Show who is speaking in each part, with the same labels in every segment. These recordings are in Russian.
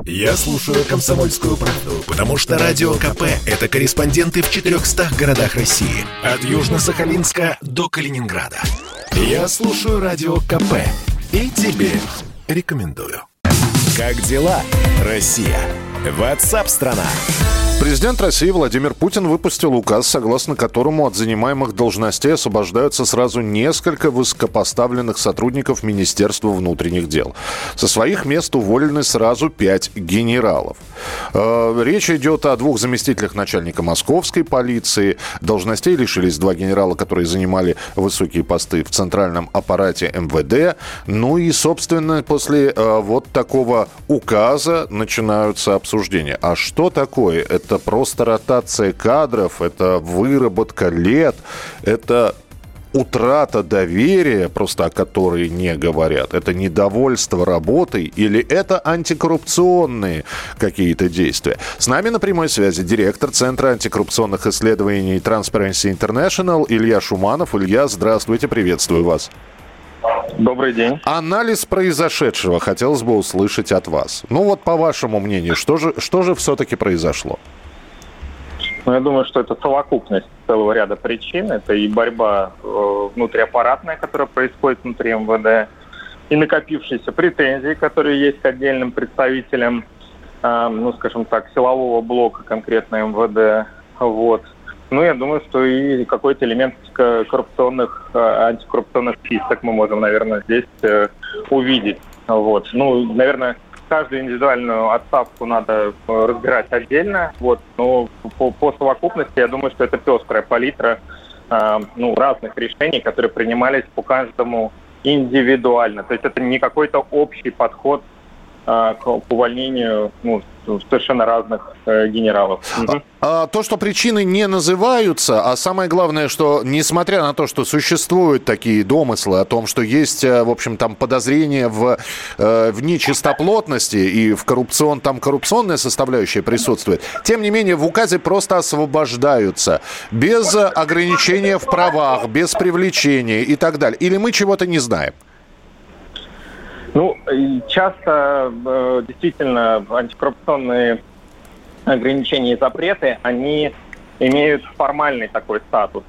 Speaker 1: Я слушаю «Комсомольскую правду», потому что Радио КП – это корреспонденты в 400 городах России. От Южно-Сахалинска до Калининграда. Я слушаю Радио КП и тебе рекомендую. Как дела, Россия? WhatsApp-страна.
Speaker 2: Президент России Владимир Путин выпустил указ, согласно которому от занимаемых должностей освобождаются сразу несколько высокопоставленных сотрудников Министерства внутренних дел. Со своих мест уволены сразу 5 генералов. Речь идет о 2 заместителях начальника московской полиции. Должностей лишились 2 генерала, которые занимали высокие посты в центральном аппарате МВД. Ну и, собственно, после вот такого указа начинаются обсуждения. А что такое? Это просто ротация кадров, это выработка лет, это утрата доверия, просто о которой не говорят, это недовольство работой или это антикоррупционные какие-то действия. С нами на прямой связи директор Центра антикоррупционных исследований Transparency International Илья Шуманов. Илья, здравствуйте, приветствую вас.
Speaker 3: Добрый день.
Speaker 2: Анализ произошедшего хотелось бы услышать от вас. Ну вот, по вашему мнению, что же все-таки произошло?
Speaker 3: Ну, я думаю, что это совокупность целого ряда причин. Это и борьба внутриаппаратная, которая происходит внутри МВД, и накопившиеся претензии, которые есть к отдельным представителям, скажем так, силового блока конкретно МВД. Вот. Ну, я думаю, что и какой-то элемент антикоррупционных чисток мы можем, наверное, здесь увидеть. Вот. Ну, наверное, каждую индивидуальную отставку надо разбирать отдельно. Вот. Но по совокупности, я думаю, что это пестрая палитра разных решений, которые принимались по каждому индивидуально. То есть это не какой-то общий подход к увольнению совершенно разных генералов.
Speaker 2: То, что причины не называются, а самое главное, что несмотря на то, что существуют такие домыслы о том, что есть, в общем, там подозрения в нечистоплотности и в коррупционная составляющая присутствует, тем не менее в указе просто освобождаются без ограничения в правах, без привлечения и так далее. Или мы чего-то не знаем?
Speaker 3: Ну, часто действительно антикоррупционные ограничения и запреты, они имеют формальный такой статус.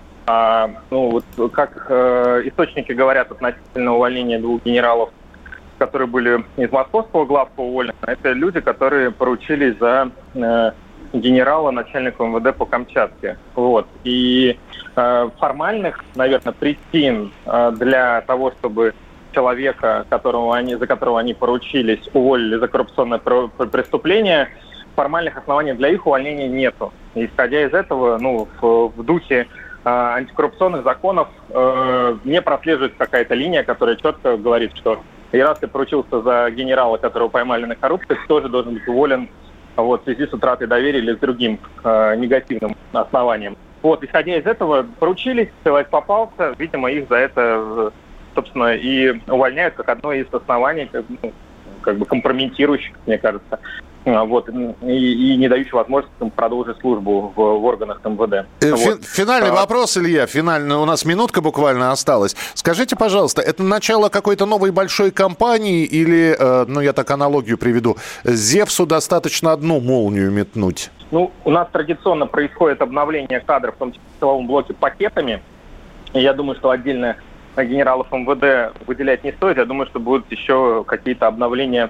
Speaker 3: Как источники говорят относительно увольнения 2 генералов, которые были из московского главка уволены, это люди, которые поручились за генерала начальника МВД по Камчатке. Вот. И формальных, наверное, причин для того, чтобы человека, за которого они поручились, уволили за коррупционное преступление, формальных оснований для их увольнения нету. И, исходя из этого, в духе антикоррупционных законов не прослеживается какая-то линия, которая четко говорит, что и раз ты поручился за генерала, которого поймали на коррупции, ты тоже должен быть уволен в связи с утратой доверия или с другим негативным основанием. Вот, исходя из этого, поручились, человек попался, видимо, их за это собственно, и увольняют как одно из оснований, компрометирующих, мне кажется, вот, и не дающих возможности продолжить службу в органах МВД.
Speaker 2: Финальный вопрос, Илья, у нас минутка буквально осталась. Скажите, пожалуйста, это начало какой-то новой большой кампании или, я так аналогию приведу, Зевсу достаточно одну молнию метнуть?
Speaker 3: У нас традиционно происходит обновление кадров, в том числе в силовом блоке, пакетами, и я думаю, что отдельно генералов МВД выделять не стоит. Я думаю, что будут еще какие-то обновления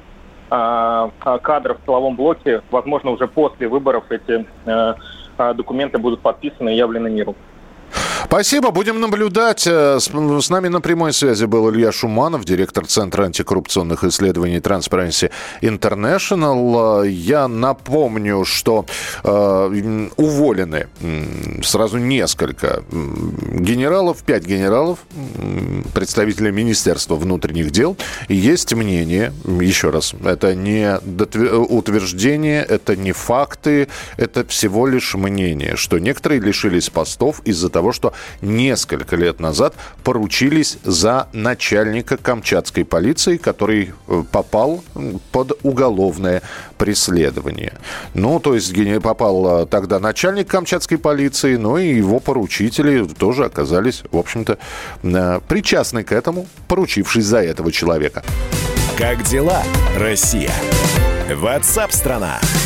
Speaker 3: кадров в силовом блоке. Возможно, уже после выборов эти документы будут подписаны и явлены миру.
Speaker 2: Спасибо, будем наблюдать. С нами на прямой связи был Илья Шуманов, директор Центра антикоррупционных исследований Transparency International. Я напомню, что уволены сразу несколько генералов, 5 генералов, представителей Министерства внутренних дел. И есть мнение, еще раз, это не утверждение, это не факты, это всего лишь мнение, что некоторые лишились постов из-за того, что несколько лет назад поручились за начальника камчатской полиции, который попал под уголовное преследование. То есть попал тогда начальник камчатской полиции, и его поручители тоже оказались, в общем-то, причастны к этому, поручившись за этого человека.
Speaker 1: Как дела, Россия? WhatsApp страна.